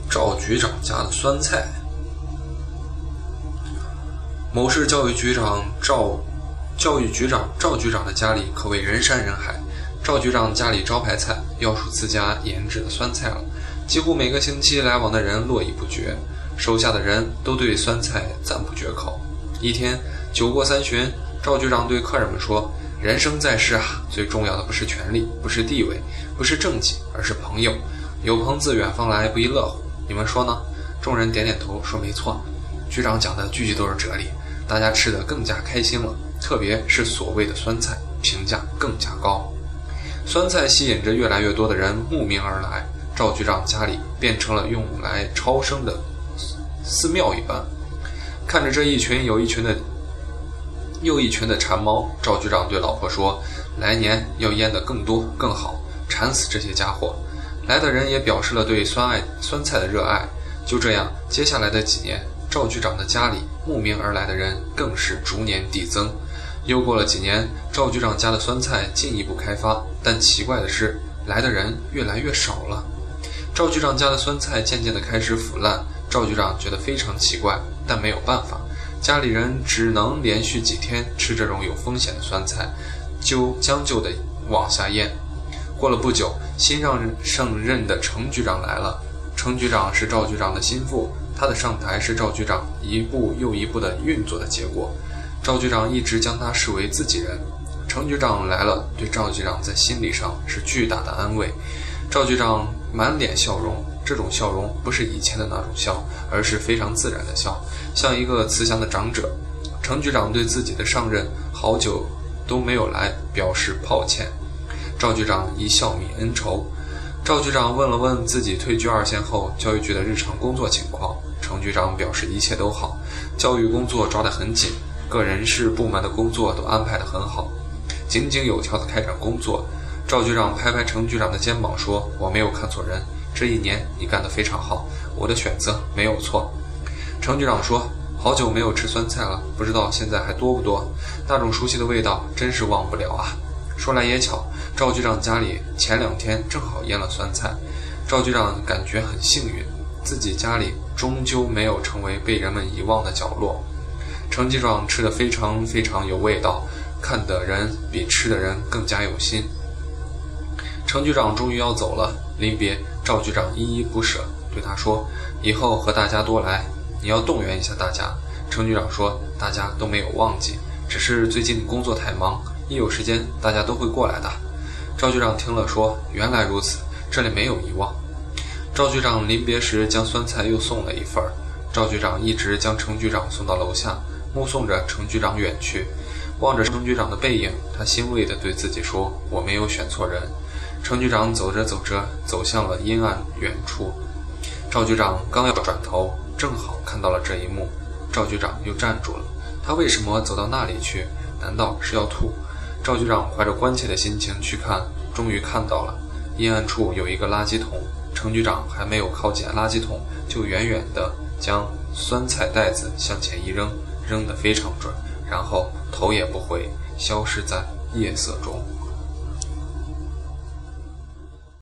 赵局长家的酸菜。某市教育局长赵局长的家里可谓人山人海。赵局长家里招牌菜要数自家研制的酸菜了，几乎每个星期来往的人络绎不绝，手下的人都对酸菜赞不绝口。一天酒过三巡，赵局长对客人们说：“人生在世啊，最重要的不是权力，不是地位，不是政绩，而是朋友。有朋自远方来，不亦乐乎？你们说呢？”众人点点头，说：“没错。”局长讲的句句都是哲理，大家吃得更加开心了。特别是所谓的酸菜，评价更加高。酸菜吸引着越来越多的人慕名而来，赵局长家里变成了用来超生的寺庙一般。看着这一群又一群的馋猫，赵局长对老婆说：“来年要腌得更多更好，馋死这些家伙。”来的人也表示了对酸菜的热爱。就这样，接下来的几年，赵局长的家里慕名而来的人更是逐年递增。又过了几年，赵局长家的酸菜进一步开发，但奇怪的是，来的人越来越少了。赵局长家的酸菜渐渐地开始腐烂，赵局长觉得非常奇怪，但没有办法，家里人只能连续几天吃这种有风险的酸菜，就将就地往下咽。过了不久，新上任的程局长来了。程局长是赵局长的心腹，他的上台是赵局长一步又一步的运作的结果。赵局长一直将他视为自己人。程局长来了，对赵局长在心理上是巨大的安慰。赵局长满脸笑容，这种笑容不是以前的那种笑，而是非常自然的笑，像一个慈祥的长者。程局长对自己的上任好久都没有来表示抱歉，赵局长一笑泯恩仇。赵局长问了问自己退居二线后教育局的日常工作情况，程局长表示一切都好，教育工作抓得很紧，各人事部门的工作都安排得很好，井井有条地开展工作。赵局长拍拍程局长的肩膀说：“我没有看错人，这一年你干得非常好，我的选择没有错。”程局长说：“好久没有吃酸菜了，不知道现在还多不多？那种熟悉的味道真是忘不了啊。”说来也巧，赵局长家里前2天正好腌了酸菜。赵局长感觉很幸运，自己家里终究没有成为被人们遗忘的角落。程局长吃得非常非常有味道，看的人比吃的人更加有心。程局长终于要走了，临别，赵局长依依不舍，对他说：“以后和大家多来，你要动员一下大家。”程局长说：“大家都没有忘记，只是最近工作太忙，一有时间大家都会过来的。”赵局长听了说：“原来如此，这里没有遗忘。”赵局长临别时将酸菜又送了一份。赵局长一直将程局长送到楼下，目送着程局长远去。望着程局长的背影，他欣慰地对自己说：“我没有选错人。”程局长走着走着，走向了阴暗远处。赵局长刚要转头，正好看到了这一幕。赵局长又站住了，他为什么走到那里去？难道是要吐？赵局长怀着关切的心情去看，终于看到了，阴暗处有一个垃圾桶。程局长还没有靠近垃圾桶，就远远地将酸菜袋子向前一扔，扔得非常准，然后头也不回，消失在夜色中。